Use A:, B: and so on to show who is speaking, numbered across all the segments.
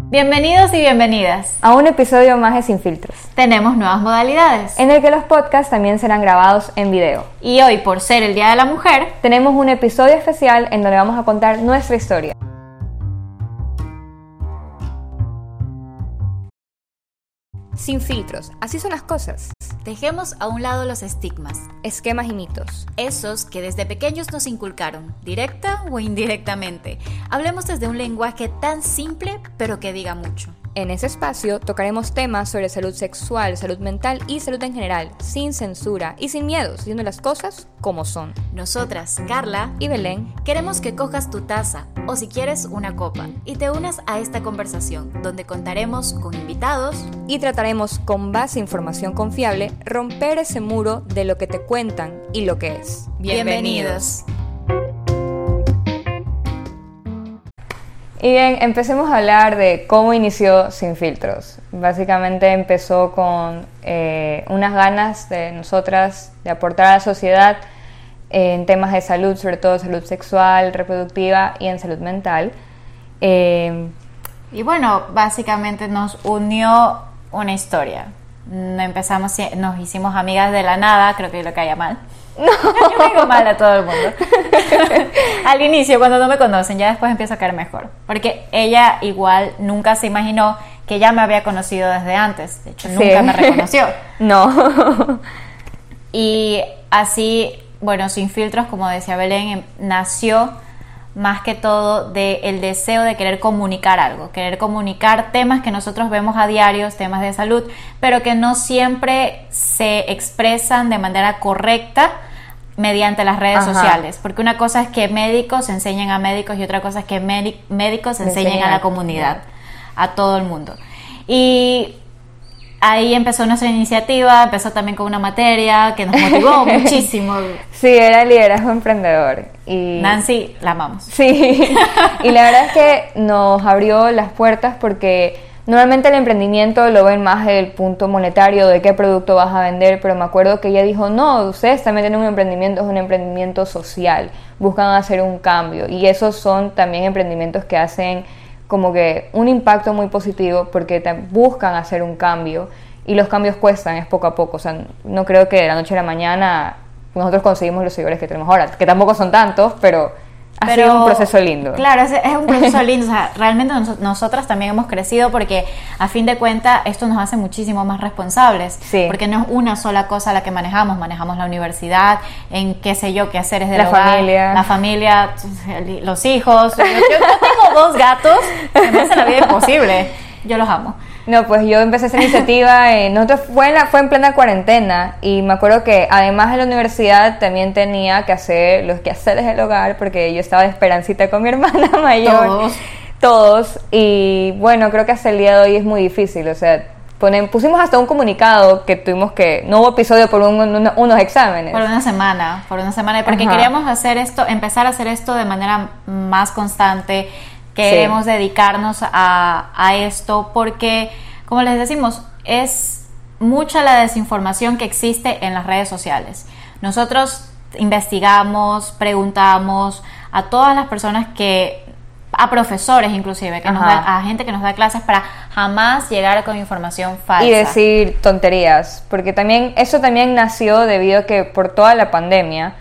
A: Bienvenidos y bienvenidas
B: a un episodio más de Sin Filtros.
A: Tenemos nuevas modalidades,
B: en el que los podcasts también serán grabados en video.
A: Y hoy, por ser el Día de la Mujer,
B: tenemos un episodio especial en donde vamos a contar nuestra historia. Sin filtros, así son las cosas.
A: Dejemos a un lado los estigmas,
B: esquemas y mitos,
A: esos que desde pequeños nos inculcaron, directa o indirectamente. Hablemos desde un lenguaje tan simple, pero que diga mucho.
B: En ese espacio tocaremos temas sobre salud sexual, salud mental y salud en general, sin censura y sin miedos, diciendo las cosas como son.
A: Nosotras, Carla
B: y Belén,
A: queremos que cojas tu taza o si quieres una copa y te unas a esta conversación donde contaremos con invitados
B: y trataremos con base a información confiable romper ese muro de lo que te cuentan y lo que es.
A: Bienvenidos.
B: Y bien, empecemos a hablar de cómo inició Sin Filtros. Básicamente empezó con unas ganas de nosotras de aportar a la sociedad en temas de salud, sobre todo salud sexual, reproductiva y en salud mental.
A: Y bueno, básicamente nos unió una historia. Nos hicimos amigas de la nada, creo que es lo que haya mal. No. Yo caigo mal a todo el mundo. Al inicio, cuando no me conocen, ya después empiezo a caer mejor. Porque ella igual nunca se imaginó que ya me había conocido desde antes. De hecho, nunca me reconoció.
B: No.
A: Y así, bueno, Sin Filtros, como decía Belén, nació más que todo del deseo de querer comunicar algo, querer comunicar temas que nosotros vemos a diario, temas de salud, pero que no siempre se expresan de manera correcta mediante las redes sociales, porque una cosa es que médicos enseñen a médicos y otra cosa es que médicos enseñen a la comunidad, a todo el mundo. Y ahí empezó nuestra iniciativa, empezó también con una materia que nos motivó muchísimo.
B: Sí, era el liderazgo emprendedor. Y
A: Nancy, la amamos.
B: Sí, y la verdad es que nos abrió las puertas porque normalmente el emprendimiento lo ven más del punto monetario, de qué producto vas a vender, pero me acuerdo que ella dijo, no, ustedes también tienen un emprendimiento, es un emprendimiento social, buscan hacer un cambio y esos son también emprendimientos que hacen como que un impacto muy positivo porque buscan hacer un cambio y los cambios cuestan, es poco a poco, o sea, no creo que de la noche a la mañana nosotros conseguimos los seguidores que tenemos ahora, que tampoco son tantos, pero ha sido un proceso lindo.
A: Claro, es un proceso lindo, o sea, realmente nosotras también hemos crecido porque a fin de cuentas esto nos hace muchísimo más responsables,
B: sí.
A: Porque no es una sola cosa la que manejamos la universidad, en qué sé yo, qué hacer es de
B: la
A: familia, los hijos. Yo tengo 2 gatos que me hacen la vida imposible, yo los amo.
B: No, pues yo empecé esa iniciativa, nosotros fue en plena cuarentena y me acuerdo que además de la universidad también tenía que hacer los quehaceres del hogar porque yo estaba de esperancita con mi hermana mayor. Todos. Y bueno, creo que hasta el día de hoy es muy difícil, o sea, pusimos hasta un comunicado que tuvimos que, no hubo episodio por unos exámenes.
A: Por una semana, porque queríamos empezar a hacer esto de manera más constante. Queremos dedicarnos a esto porque, como les decimos, es mucha la desinformación que existe en las redes sociales. Nosotros investigamos, preguntamos a todas las personas a profesores inclusive, a gente que nos da clases para jamás llegar con información falsa.
B: Y decir tonterías, porque eso también nació debido a que por toda la pandemia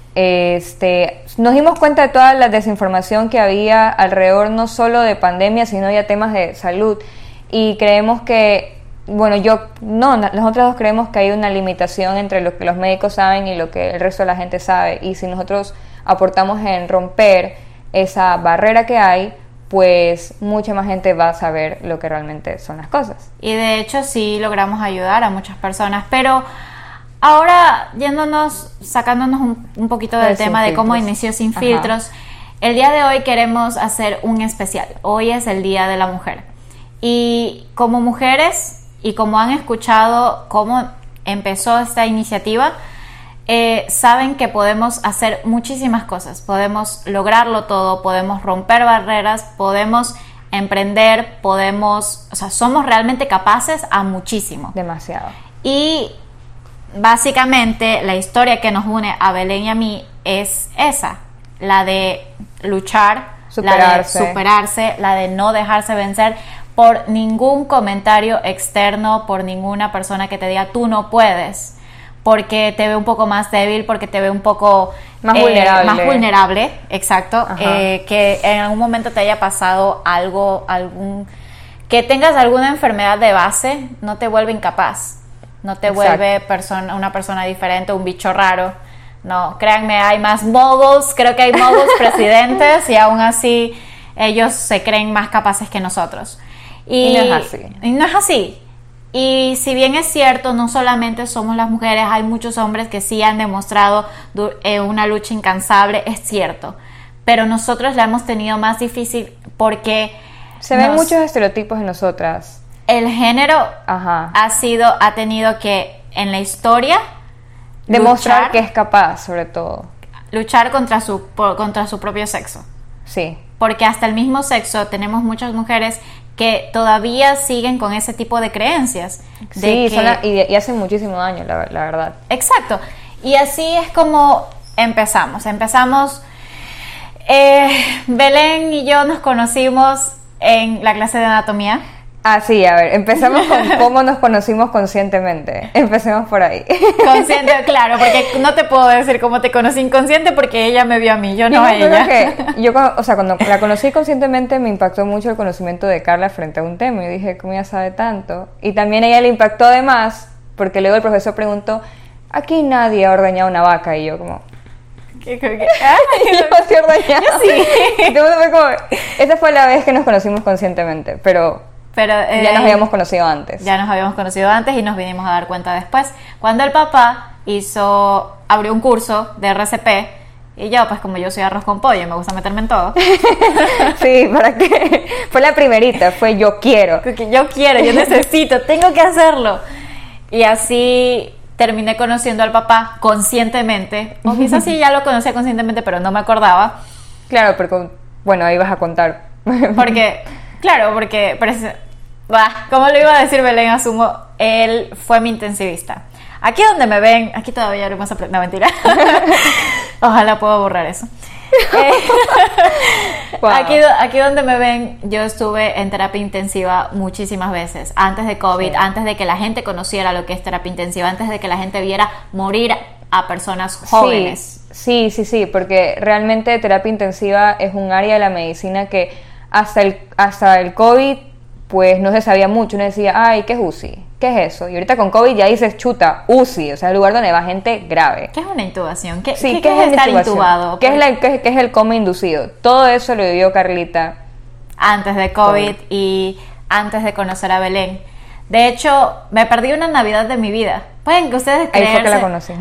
B: nos dimos cuenta de toda la desinformación que había alrededor, no solo de pandemia, sino ya temas de salud, y creemos que, nosotros dos creemos que hay una limitación entre lo que los médicos saben y lo que el resto de la gente sabe, y si nosotros aportamos en romper esa barrera que hay, pues mucha más gente va a saber lo que realmente son las cosas.
A: Y de hecho sí logramos ayudar a muchas personas, pero ahora, sacándonos un poquito del tema de cómo inició Sin Filtros, el día de hoy queremos hacer un especial. Hoy es el Día de la Mujer. Y como mujeres, y como han escuchado cómo empezó esta iniciativa, saben que podemos hacer muchísimas cosas. Podemos lograrlo todo, podemos romper barreras, podemos emprender, somos realmente capaces a muchísimo.
B: Demasiado.
A: Y básicamente la historia que nos une a Belén y a mí es esa, la de luchar,
B: superarse,
A: la de no dejarse vencer por ningún comentario externo, por ninguna persona que te diga tú no puedes, porque te ve un poco más débil, porque te ve un poco
B: más vulnerable.
A: Más vulnerable, exacto, que en algún momento te haya pasado algo, que tengas alguna enfermedad de base, no te vuelve incapaz, no te vuelve una persona diferente, un bicho raro. No, créanme, hay más moguls, creo que hay moguls presidentes y aún así ellos se creen más capaces que nosotros.
B: Y no es así.
A: Y no es así. Y si bien es cierto, no solamente somos las mujeres, hay muchos hombres que sí han demostrado una lucha incansable, es cierto. Pero nosotros la hemos tenido más difícil porque...
B: Se ven muchos estereotipos en nosotras.
A: El género ha tenido que, en la historia...
B: demostrar que es capaz, sobre todo.
A: Luchar contra su propio sexo.
B: Sí.
A: Porque hasta el mismo sexo tenemos muchas mujeres que todavía siguen con ese tipo de creencias.
B: Sí, y hacen muchísimo daño, la verdad.
A: Exacto. Y así es como empezamos. Belén y yo nos conocimos en la clase de anatomía.
B: Ah, sí, a ver, empezamos con cómo nos conocimos conscientemente. Empecemos por ahí.
A: Consciente, claro, porque no te puedo decir cómo te conocí inconsciente porque ella me vio a mí, yo no a ella.
B: Cuando la conocí conscientemente me impactó mucho el conocimiento de Carla frente a un tema. Y dije, ¿cómo ella sabe tanto? Y también a ella le impactó además, porque luego el profesor preguntó, aquí nadie ha ordeñado una vaca. Y yo como...
A: ¿Qué?
B: Yo sí ordeñaba.
A: Yo sí.
B: Entonces fue como, esa fue la vez que nos conocimos conscientemente, pero ya nos habíamos conocido antes.
A: Ya nos habíamos conocido antes y nos vinimos a dar cuenta después. Cuando el papá abrió un curso de RCP, y yo, pues como yo soy arroz con pollo y me gusta meterme en todo.
B: Sí, ¿para qué? Fue la primerita, fue yo quiero,
A: yo necesito, tengo que hacerlo. Y así terminé conociendo al papá conscientemente, o quizás sí ya lo conocía conscientemente, pero no me acordaba.
B: Claro, pero bueno, ahí vas a contar.
A: Porque... Claro, porque, como lo iba a decir Belén, asumo, él fue mi intensivista. Aquí donde me ven, aquí todavía no más no, mentira. Ojalá pueda borrar eso. Wow. Aquí donde me ven, yo estuve en terapia intensiva muchísimas veces, antes de COVID, sí. Antes de que la gente conociera lo que es terapia intensiva, antes de que la gente viera morir a personas jóvenes.
B: Sí, porque realmente terapia intensiva es un área de la medicina que hasta el COVID, pues no se sabía mucho. Uno decía, ay, ¿qué es UCI? ¿Qué es eso? Y ahorita con COVID ya dices, chuta, UCI, o sea, el lugar donde va gente grave.
A: ¿Qué es una intubación? ¿Qué es
B: estar intubado? ¿Qué es el coma inducido? Todo eso lo vivió Carlita.
A: Antes de COVID y antes de conocer a Belén. De hecho, me perdí una Navidad de mi vida. ¿Pueden que ustedes creerse?
B: Ahí fue que la conocí.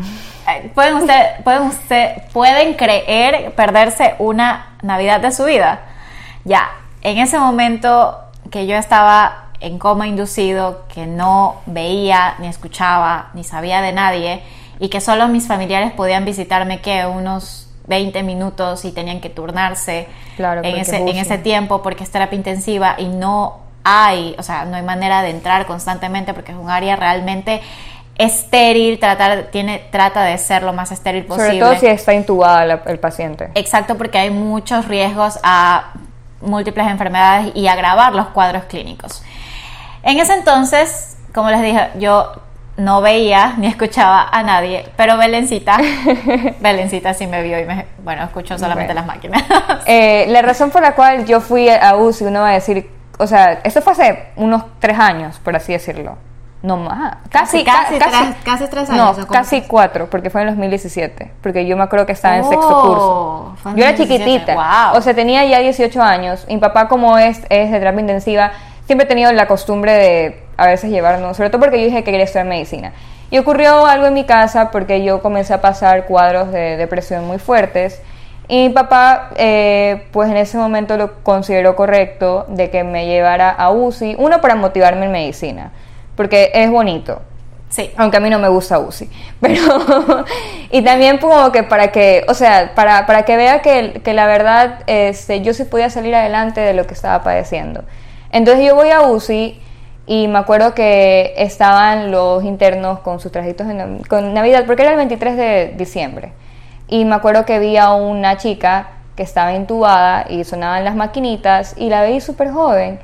A: ¿Pueden creer perderse una Navidad de su vida? Ya. En ese momento que yo estaba en coma inducido, que no veía, ni escuchaba, ni sabía de nadie, y que solo mis familiares podían visitarme unos 20 minutos y tenían que turnarse en ese tiempo porque es terapia intensiva y no hay manera de entrar constantemente porque es un área realmente estéril, trata de ser lo más estéril posible.
B: Sobre todo si está intubada el paciente.
A: Exacto, porque hay muchos riesgos a múltiples enfermedades y agravar los cuadros clínicos. En ese entonces, como les dije, yo no veía ni escuchaba a nadie, pero Belencita sí me vio y escuchó solamente las máquinas.
B: La razón por la cual yo fui a UCI, uno va a decir, o sea, esto fue hace unos 3 años, por así decirlo. No más. Casi
A: 3 años.
B: No, casi 4, porque fue en 2017. Porque yo me acuerdo que estaba en sexto curso. Yo era chiquitita.
A: Wow.
B: O sea, tenía ya 18 años. Mi papá, como es de terapia intensiva, siempre he tenido la costumbre de a veces llevarnos, sobre todo porque yo dije que quería estudiar medicina. Y ocurrió algo en mi casa porque yo comencé a pasar cuadros de depresión muy fuertes. Y mi papá, pues en ese momento lo consideró correcto de que me llevara a UCI. Uno, para motivarme en medicina. Porque es bonito.
A: Sí.
B: Aunque a mí no me gusta UCI. Pero y también como que para que vea que la verdad yo sí podía salir adelante de lo que estaba padeciendo. Entonces yo voy a UCI y me acuerdo que estaban los internos con sus trajitos con Navidad, porque era el 23 de diciembre. Y me acuerdo que vi a una chica que estaba intubada y sonaban las maquinitas y la veí súper joven.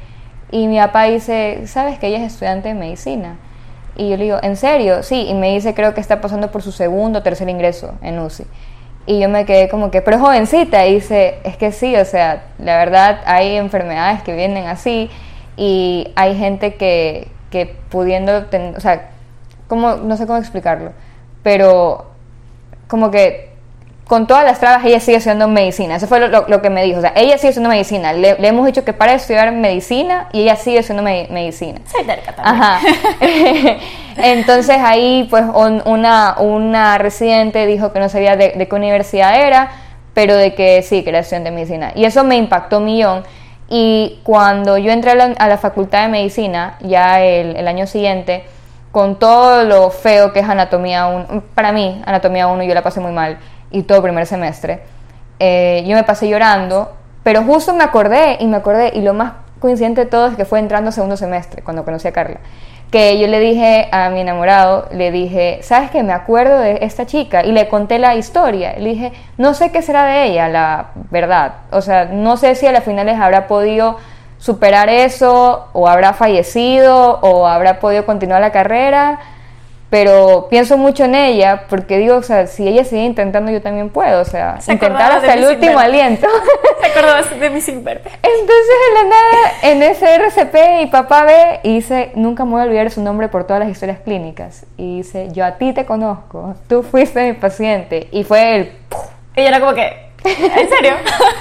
B: Y mi papá dice, ¿sabes que ella es estudiante de medicina? Y yo le digo, ¿en serio? Sí, y me dice, creo que está pasando por su segundo o tercer ingreso en UCI. Y yo me quedé como que, pero es jovencita. Y dice, es que sí, o sea, la verdad hay enfermedades que vienen así y hay gente que pudiendo, o sea, como, no sé cómo explicarlo, pero como que con todas las trabas ella sigue estudiando medicina. Eso fue lo que me dijo. O sea, ella sigue estudiando medicina. Le hemos dicho que para de estudiar medicina y ella sigue estudiando medicina.
A: Soy terca también.
B: Ajá. Entonces ahí pues una residente dijo que no sabía de qué universidad era, pero de que sí, que era estudiante de medicina. Y eso me impactó un millón. Y cuando yo entré a la facultad de medicina, ya el año siguiente, con todo lo feo que es anatomía 1, para mí, anatomía 1 yo la pasé muy mal, y todo primer semestre, yo me pasé llorando, pero justo me acordé, y lo más coincidente de todo es que fue entrando segundo semestre, cuando conocí a Carla, que yo le dije a mi enamorado, le dije, ¿sabes qué? Me acuerdo de esta chica, y le conté la historia, le dije, no sé qué será de ella, la verdad, o sea, no sé si a las finales habrá podido superar eso, o habrá fallecido, o habrá podido continuar la carrera, pero pienso mucho en ella, porque digo, o sea, si ella sigue intentando, yo también puedo, o sea, intentar hasta el último aliento.
A: Se acordó de mi sin verbe.
B: Entonces, de la nada, en ese RCP, mi papá ve y dice, nunca me voy a olvidar su nombre por todas las historias clínicas, y dice, yo a ti te conozco, tú fuiste mi paciente, y fue el...
A: Y yo era como que, ¿en serio?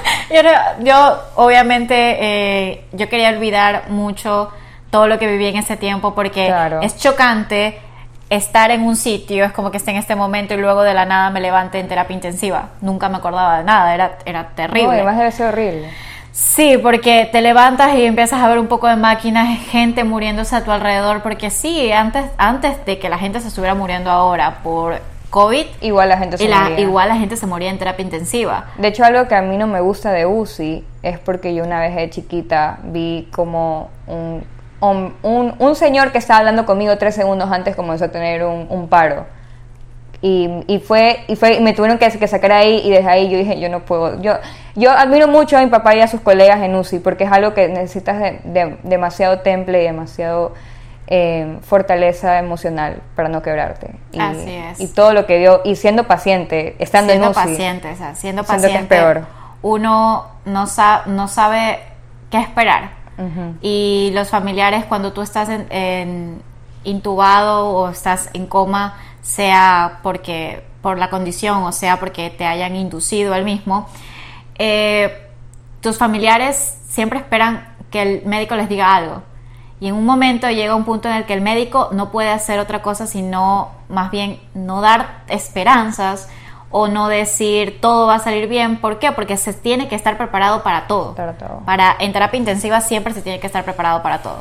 A: yo obviamente, yo quería olvidar mucho todo lo que viví en ese tiempo, porque
B: claro,
A: es chocante estar en un sitio, es como que esté en este momento y luego de la nada me levante en terapia intensiva. Nunca me acordaba de nada, era terrible.
B: No, además debe ser horrible.
A: Sí, porque te levantas y empiezas a ver un poco de máquinas, gente muriéndose a tu alrededor, porque sí, antes de que la gente se estuviera muriendo ahora por COVID,
B: igual la gente se moría.
A: Igual la gente se moría en terapia intensiva.
B: De hecho, algo que a mí no me gusta de UCI es porque yo una vez de chiquita vi como un señor que estaba hablando conmigo 3 segundos antes comenzó a tener un paro. Y me tuvieron que sacar ahí, y desde ahí yo dije, yo no puedo. Yo admiro mucho a mi papá y a sus colegas en UCI, porque es algo que necesitas de demasiado temple y demasiado fortaleza emocional para no quebrarte.
A: Así es.
B: Y todo lo que vio, y siendo paciente, estando en UCI.
A: Siendo paciente, que es peor. Uno no sabe qué esperar. Uh-huh. Y los familiares, cuando tú estás intubado o estás en coma, sea por la condición o sea porque te hayan inducido al mismo, tus familiares siempre esperan que el médico les diga algo, y en un momento llega un punto en el que el médico no puede hacer otra cosa sino más bien no dar esperanzas o no decir todo va a salir bien. ¿Por qué? Porque se tiene que estar preparado para todo. En terapia intensiva siempre se tiene que estar preparado para todo.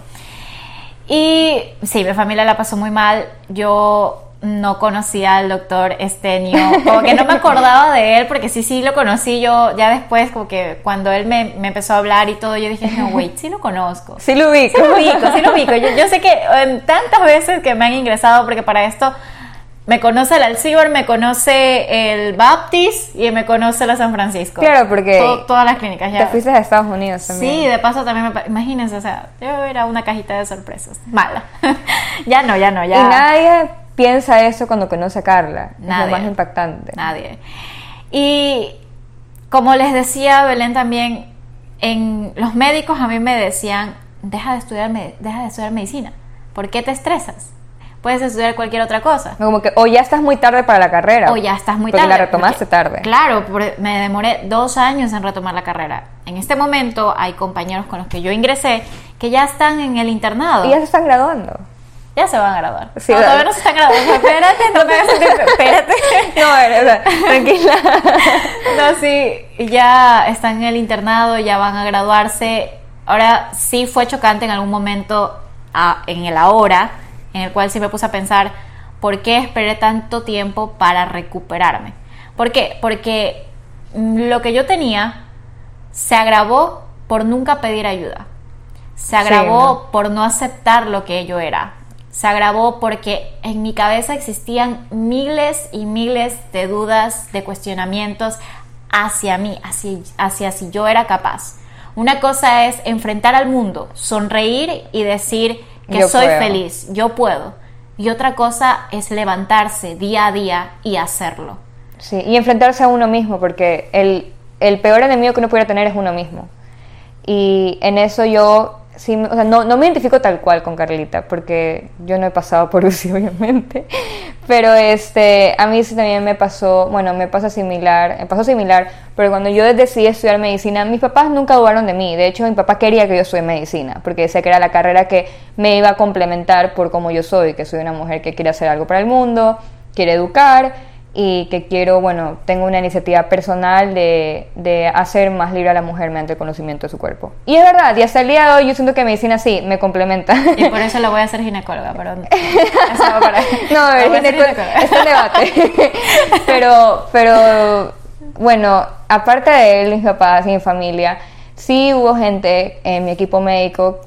A: Y sí, mi familia la pasó muy mal. Yo no conocía al doctor Estenio, como que no me acordaba de él, porque sí lo conocí yo ya después, como que cuando él me empezó a hablar y todo, yo dije, no, wait, sí lo conozco.
B: Sí lo ubico.
A: Yo sé que tantas veces que me han ingresado, porque para esto me conoce el Alcibar, me conoce el Baptist y me conoce la San Francisco.
B: Claro, porque
A: todas las clínicas ya.
B: Te fuiste a Estados Unidos también.
A: Sí, de paso también imagínense, o sea, yo era una cajita de sorpresas. Mala. Ya. Y
B: nadie piensa eso cuando conoce a Carla. Nadie. Es lo más impactante.
A: Nadie. Y como les decía Belén también, en los médicos a mí me decían, deja de estudiar medicina. ¿Por qué te estresas? Puedes estudiar cualquier otra cosa.
B: Como que o ya estás muy tarde para la carrera.
A: Porque la retomaste tarde. Claro, me demoré 2 años en retomar la carrera. En este momento hay compañeros con los que yo ingresé que ya están en el internado.
B: Y ya se están graduando.
A: Ya se van a graduar.
B: Sí,
A: no, todavía no se están graduando. Espérate, no me hagas sentir. Espérate.
B: No, tranquila.
A: No, sí, ya están en el internado, ya van a graduarse. Ahora sí fue chocante en algún momento en el ahora, en el cual sí me puse a pensar, ¿por qué esperé tanto tiempo para recuperarme? ¿Por qué? Porque lo que yo tenía se agravó por nunca pedir ayuda. Se agravó por no aceptar lo que yo era. Se agravó porque en mi cabeza existían miles y miles de dudas, de cuestionamientos hacia mí, hacia si yo era capaz. Una cosa es enfrentar al mundo, sonreír y decir que
B: Yo
A: soy
B: puedo.
A: feliz, yo puedo. Y otra cosa es levantarse día a día y hacerlo.
B: Sí, y enfrentarse a uno mismo, porque el peor enemigo que uno pudiera tener es uno mismo. Y en eso yo, sí, o sea, no me identifico tal cual con Carlita, porque yo no he pasado por UCI, obviamente. Pero a mí sí también me pasó, bueno, me pasó similar, pero cuando yo decidí estudiar medicina, mis papás nunca dudaron de mí. De hecho, mi papá quería que yo estudie medicina, porque decía que era la carrera que me iba a complementar por cómo yo soy, que soy una mujer que quiere hacer algo para el mundo, quiere educar, y que quiero, bueno, tengo una iniciativa personal de hacer más libre a la mujer mediante el conocimiento de su cuerpo. Y es verdad, y hasta el día de hoy yo siento que medicina sí, me complementa.
A: Y por eso lo voy a hacer ginecóloga, pero eso va para...
B: No, a ver, es el debate. pero, bueno, aparte de él, mis papás y mi familia, sí hubo gente en mi equipo médico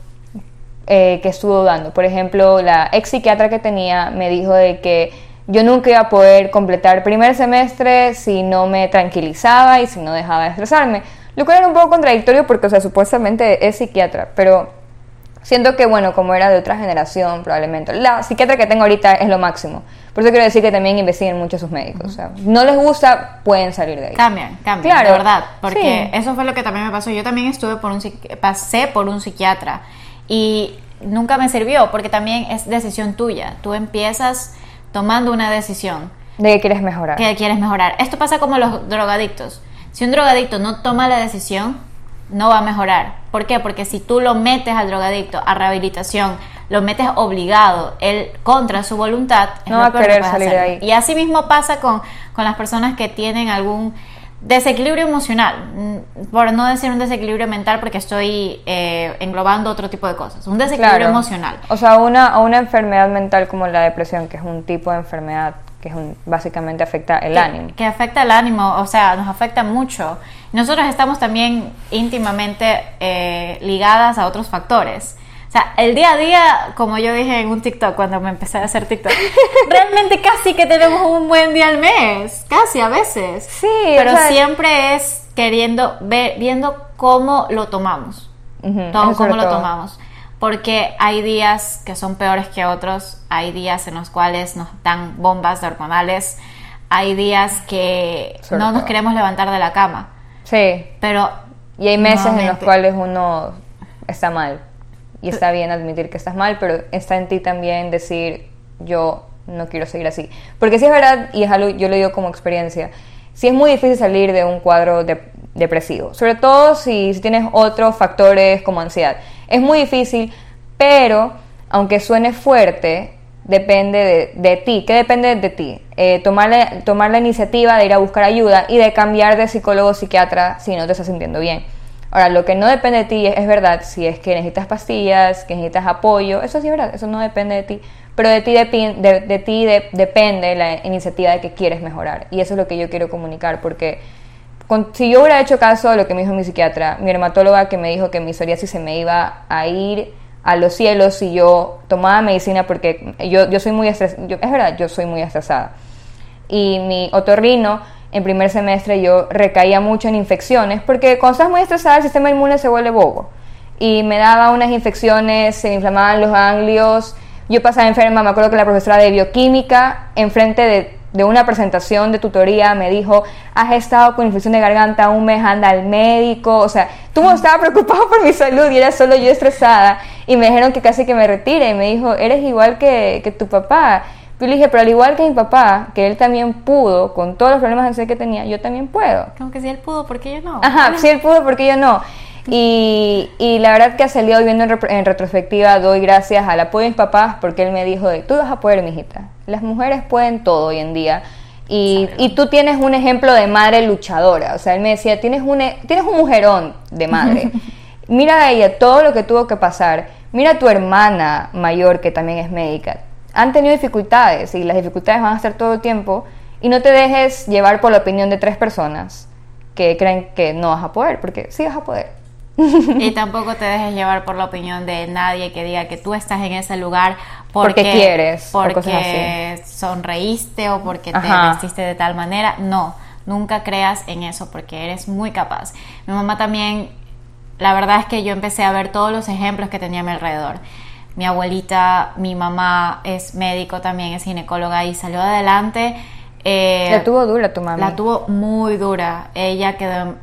B: que estuvo dudando. Por ejemplo, la ex psiquiatra que tenía me dijo de que yo nunca iba a poder completar el primer semestre si no me tranquilizaba y si no dejaba de estresarme. Lo cual era un poco contradictorio porque, o sea, supuestamente es psiquiatra, pero siento que, bueno, como era de otra generación, probablemente. La psiquiatra que tengo ahorita es lo máximo. Por eso quiero decir que también investiguen mucho a sus médicos. O sea, no les gusta, pueden salir de ahí.
A: Cambian,
B: Claro,
A: de verdad. Porque
B: sí.
A: eso fue lo que también me pasó. Yo también pasé por un psiquiatra y nunca me sirvió porque también es decisión tuya. Tú empiezas tomando una decisión
B: De que quieres mejorar.
A: que quieres mejorar. Esto pasa como los drogadictos. Si un drogadicto no toma la decisión, no va a mejorar. ¿Por qué? Porque si tú lo metes al drogadicto a rehabilitación, lo metes obligado, él contra su voluntad, es
B: No
A: lo
B: va a
A: peor que
B: querer
A: puedes
B: salir
A: hacer.
B: de ahí.
A: Y así mismo pasa con las personas que tienen algún desequilibrio emocional, por no decir un desequilibrio mental porque estoy englobando otro tipo de cosas, un desequilibrio
B: Claro.
A: emocional.
B: O sea, una enfermedad mental como la depresión, que es un tipo de enfermedad que básicamente afecta el ánimo.
A: Que afecta el ánimo, o sea, nos afecta mucho. Nosotros estamos también íntimamente ligadas a otros factores. O sea, el día a día, como yo dije en un TikTok, cuando me empecé a hacer TikTok, realmente casi que tenemos un buen día al mes, casi a veces.
B: Sí,
A: pero
B: o sea,
A: siempre es viendo cómo lo tomamos.
B: eso sobre
A: Cómo lo
B: todo.
A: tomamos. Porque hay días que son peores que otros, hay días en los cuales nos dan bombas de hormonales, hay días que
B: Sobre
A: no nos
B: todo.
A: queremos levantar de la cama,
B: Sí.
A: pero
B: Y hay meses en los
A: nuevamente,
B: cuales uno está mal. Y está bien admitir que estás mal, pero está en ti también decir, yo no quiero seguir así. Porque sí es verdad, y es algo, yo lo digo como experiencia, sí es muy difícil salir de un cuadro depresivo. Sobre todo si tienes otros factores como ansiedad. Es muy difícil, pero aunque suene fuerte, depende de ti. ¿Qué depende de ti? Tomar la iniciativa de ir a buscar ayuda y de cambiar de psicólogo o psiquiatra si no te estás sintiendo bien. Ahora, lo que no depende de ti es verdad, si es que necesitas pastillas, que necesitas apoyo, eso sí es verdad, eso no depende de ti, pero de ti depende la iniciativa de que quieres mejorar, y eso es lo que yo quiero comunicar, porque si yo hubiera hecho caso a lo que me dijo mi psiquiatra, mi dermatóloga, que me dijo que mi psoriasis se me iba a ir a los cielos si yo tomaba medicina, porque yo soy muy estresada, es verdad, yo soy muy estresada, y mi otorrino, en primer semestre yo recaía mucho en infecciones, porque cuando estás muy estresada el sistema inmune se vuelve bobo, y me daba unas infecciones, se me inflamaban los ganglios, yo pasaba enferma. Me acuerdo que la profesora de bioquímica, enfrente de una presentación de tutoría, me dijo, has estado con infección de garganta un mes, anda al médico. O sea, todo el mundo estaba preocupado por mi salud y era solo yo estresada, y me dijeron que casi que me retire, y me dijo, eres igual que tu papá. Yo le dije, pero al igual que mi papá, que él también pudo, con todos los problemas de ansiedad que tenía, yo también puedo.
A: como que si él pudo, ¿por qué yo no?
B: Ajá, si él pudo, ¿por qué yo no? Y la verdad que ha salido viendo en retrospectiva, doy gracias al apoyo de mis papás, porque él me dijo, tú vas a poder, mijita. Las mujeres pueden todo hoy en día. Y tú tienes un ejemplo de madre luchadora. O sea, él me decía, tienes un mujerón de madre. Mira a ella, todo lo que tuvo que pasar. Mira a tu hermana mayor, que también es médica. Han tenido dificultades, y las dificultades van a estar todo el tiempo, y no te dejes llevar por la opinión de 3 personas que creen que no vas a poder, porque sí vas a poder.
A: Y tampoco te dejes llevar por la opinión de nadie que diga que tú estás en ese lugar
B: porque quieres, o cosas
A: porque
B: así.
A: sonreíste o porque te
B: Ajá.
A: vestiste de tal manera. No, nunca creas en eso porque eres muy capaz. Mi mamá también la verdad es que yo empecé a ver todos los ejemplos que tenía a mi alrededor. Mi abuelita, mi mamá es médico también, es ginecóloga y salió adelante.
B: La tuvo dura tu mamá.
A: La tuvo muy dura. Ella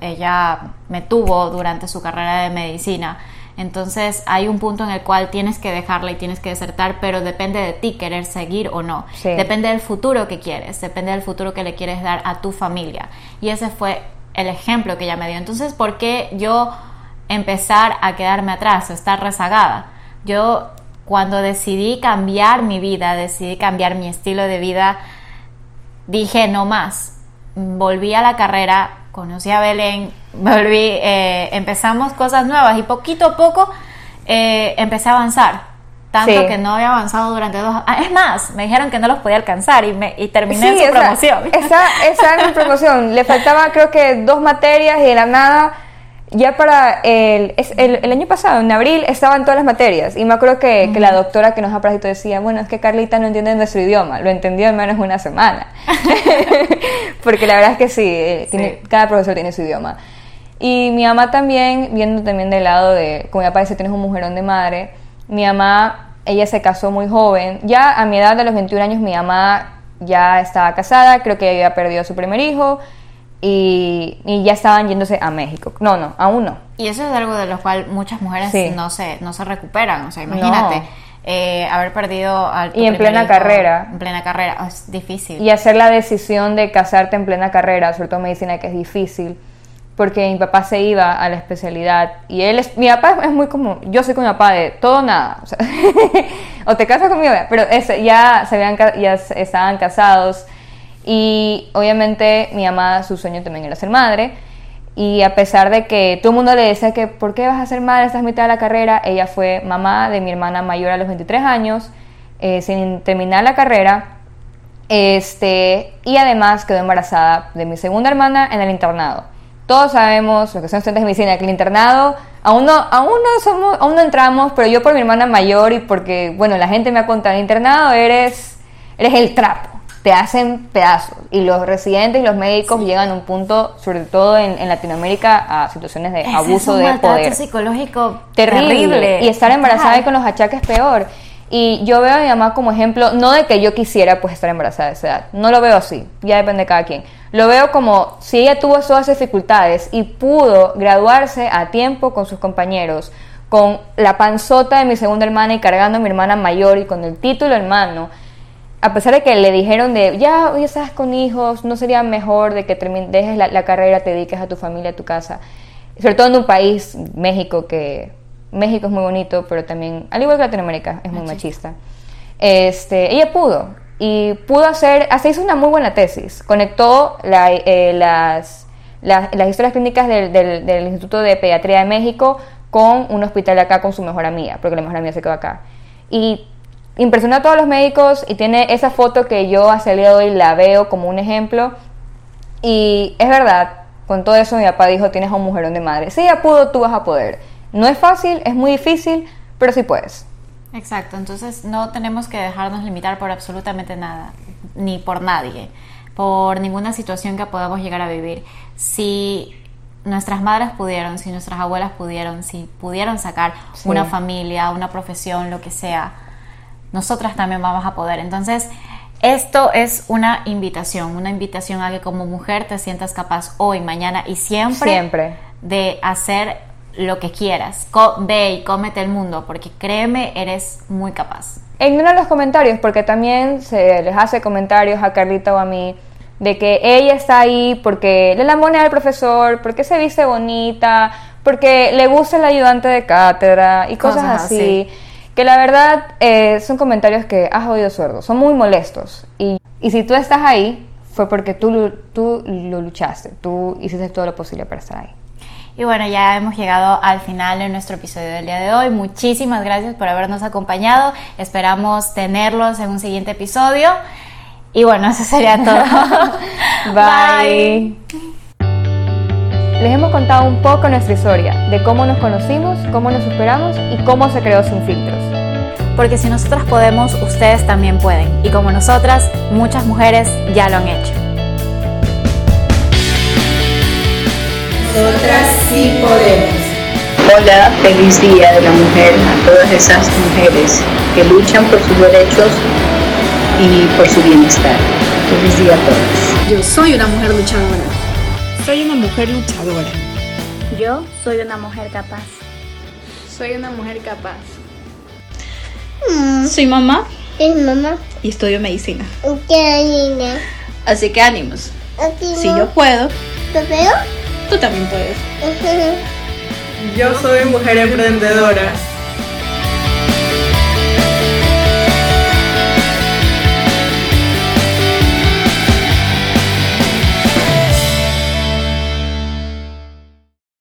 A: me tuvo durante su carrera de medicina. Entonces hay un punto en el cual tienes que dejarla y tienes que desertar, pero depende de ti querer seguir o no.
B: Sí.
A: Depende del futuro que quieres, depende del futuro que le quieres dar a tu familia. Y ese fue el ejemplo que ella me dio. Entonces, ¿por qué yo empezar a quedarme atrás o estar rezagada? Yo, cuando decidí cambiar mi vida, decidí cambiar mi estilo de vida, dije no más. Volví a la carrera, conocí a Belén, empezamos cosas nuevas y poquito a poco empecé a avanzar. Tanto que no había avanzado durante 2 años. Es más, me dijeron que no los podía alcanzar y terminé en su promoción.
B: Esa era mi promoción. Le faltaba creo que 2 materias y de la nada, ya para el año pasado, en abril, estaban todas las materias. Y me acuerdo que la doctora que nos ha parado decía, bueno, es que Carlita no entiende nuestro idioma. Lo entendió en menos de una semana. Porque la verdad es que sí. Cada profesor tiene su idioma. Y mi mamá también, viendo también del lado de, como mi papá dice, tienes un mujerón de madre. Mi mamá, ella se casó muy joven. Ya a mi edad de los 21 años, mi mamá ya estaba casada. Creo que ella había perdido a su primer hijo. Y ya estaban yéndose a México. No, aún no.
A: Y eso es algo de lo cual muchas mujeres no se recuperan. O sea, imagínate, haber perdido a tu
B: y en plena
A: hijo,
B: carrera.
A: En plena carrera, es difícil.
B: Y hacer la decisión de casarte en plena carrera, sobre todo medicina, que es difícil. Porque mi papá se iba a la especialidad. Y mi papá es muy como, yo soy con mi papá de todo o nada. O sea, o te casas conmigo, pero ya estaban casados. Y obviamente mi mamá, su sueño también era ser madre. Y a pesar de que todo el mundo le decía que ¿por qué vas a ser madre? Estás a mitad de la carrera. Ella fue mamá de mi hermana mayor a los 23 años, sin terminar la carrera. Y además quedó embarazada de mi segunda hermana en el internado. Todos sabemos, los que son estudiantes de medicina, que el internado aún no entramos, pero yo por mi hermana mayor y porque, bueno, la gente me ha contado, el internado eres el trapo. Te hacen pedazos y los residentes y los médicos llegan a un punto, sobre todo en Latinoamérica, a situaciones de abuso de poder.
A: Es un maltrato psicológico
B: terrible. Y estar embarazada y con los achaques peor. Y yo veo a mi mamá como ejemplo, no de que yo quisiera pues estar embarazada a esa edad, no lo veo así, ya depende de cada quien. Lo veo como si ella tuvo todas esas dificultades y pudo graduarse a tiempo con sus compañeros, con la panzota de mi segunda hermana y cargando a mi hermana mayor y con el título en mano. A pesar de que le dijeron ya estás con hijos, no sería mejor de que dejes la carrera, te dediques a tu familia, a tu casa. Sobre todo en un país, México es muy bonito, pero también, al igual que Latinoamérica, es muy machista. Ella pudo hasta hizo una muy buena tesis. Conectó las historias clínicas del Instituto de Pediatría de México con un hospital acá con su mejor amiga, porque la mejor amiga se quedó acá. Y impresionó a todos los médicos y tiene esa foto que yo hasta el día de hoy la veo como un ejemplo. Y es verdad, con todo eso mi papá dijo, tienes a un mujerón de madre. Si ella pudo, tú vas a poder. No es fácil, es muy difícil, pero sí puedes.
A: Exacto, entonces no tenemos que dejarnos limitar por absolutamente nada, ni por nadie, por ninguna situación que podamos llegar a vivir. Si nuestras madres pudieron, si nuestras abuelas pudieron, si pudieron sacar una familia, una profesión, lo que sea, nosotras también vamos a poder. Entonces, esto es una invitación a que como mujer te sientas capaz hoy, mañana y siempre de hacer lo que quieras. Ve y cómete el mundo, porque créeme, eres muy capaz.
B: Ignora los comentarios, porque también se les hace comentarios a Carlita o a mí de que ella está ahí porque le lamonea al profesor, porque se viste bonita, porque le gusta el ayudante de cátedra y cosas así. Que la verdad son comentarios que has oído sordos, son muy molestos. Y si tú estás ahí, fue porque tú lo luchaste, tú hiciste todo lo posible para estar ahí.
A: Y bueno, ya hemos llegado al final de nuestro episodio del día de hoy. Muchísimas gracias por habernos acompañado. Esperamos tenerlos en un siguiente episodio. Y bueno, eso sería todo.
B: Bye. Les hemos contado un poco nuestra historia, de cómo nos conocimos, cómo nos superamos y cómo se creó Sin Filtros.
A: Porque si nosotras podemos, ustedes también pueden. Y como nosotras, muchas mujeres ya lo han hecho.
C: Nosotras sí podemos. Hola, feliz Día de la Mujer a todas esas mujeres que luchan por sus derechos y por su bienestar. Feliz día a todas.
D: Yo soy una mujer luchadora.
E: Soy una mujer luchadora.
F: Yo soy una mujer capaz.
D: Soy una mujer capaz.
E: Soy mamá.
F: Es mamá.
E: Y estudio medicina.
F: ¿Qué niña?
E: Así que ánimos. Si yo puedo,
F: ¿Te veo?
E: tú también puedes.
G: Yo soy mujer emprendedora.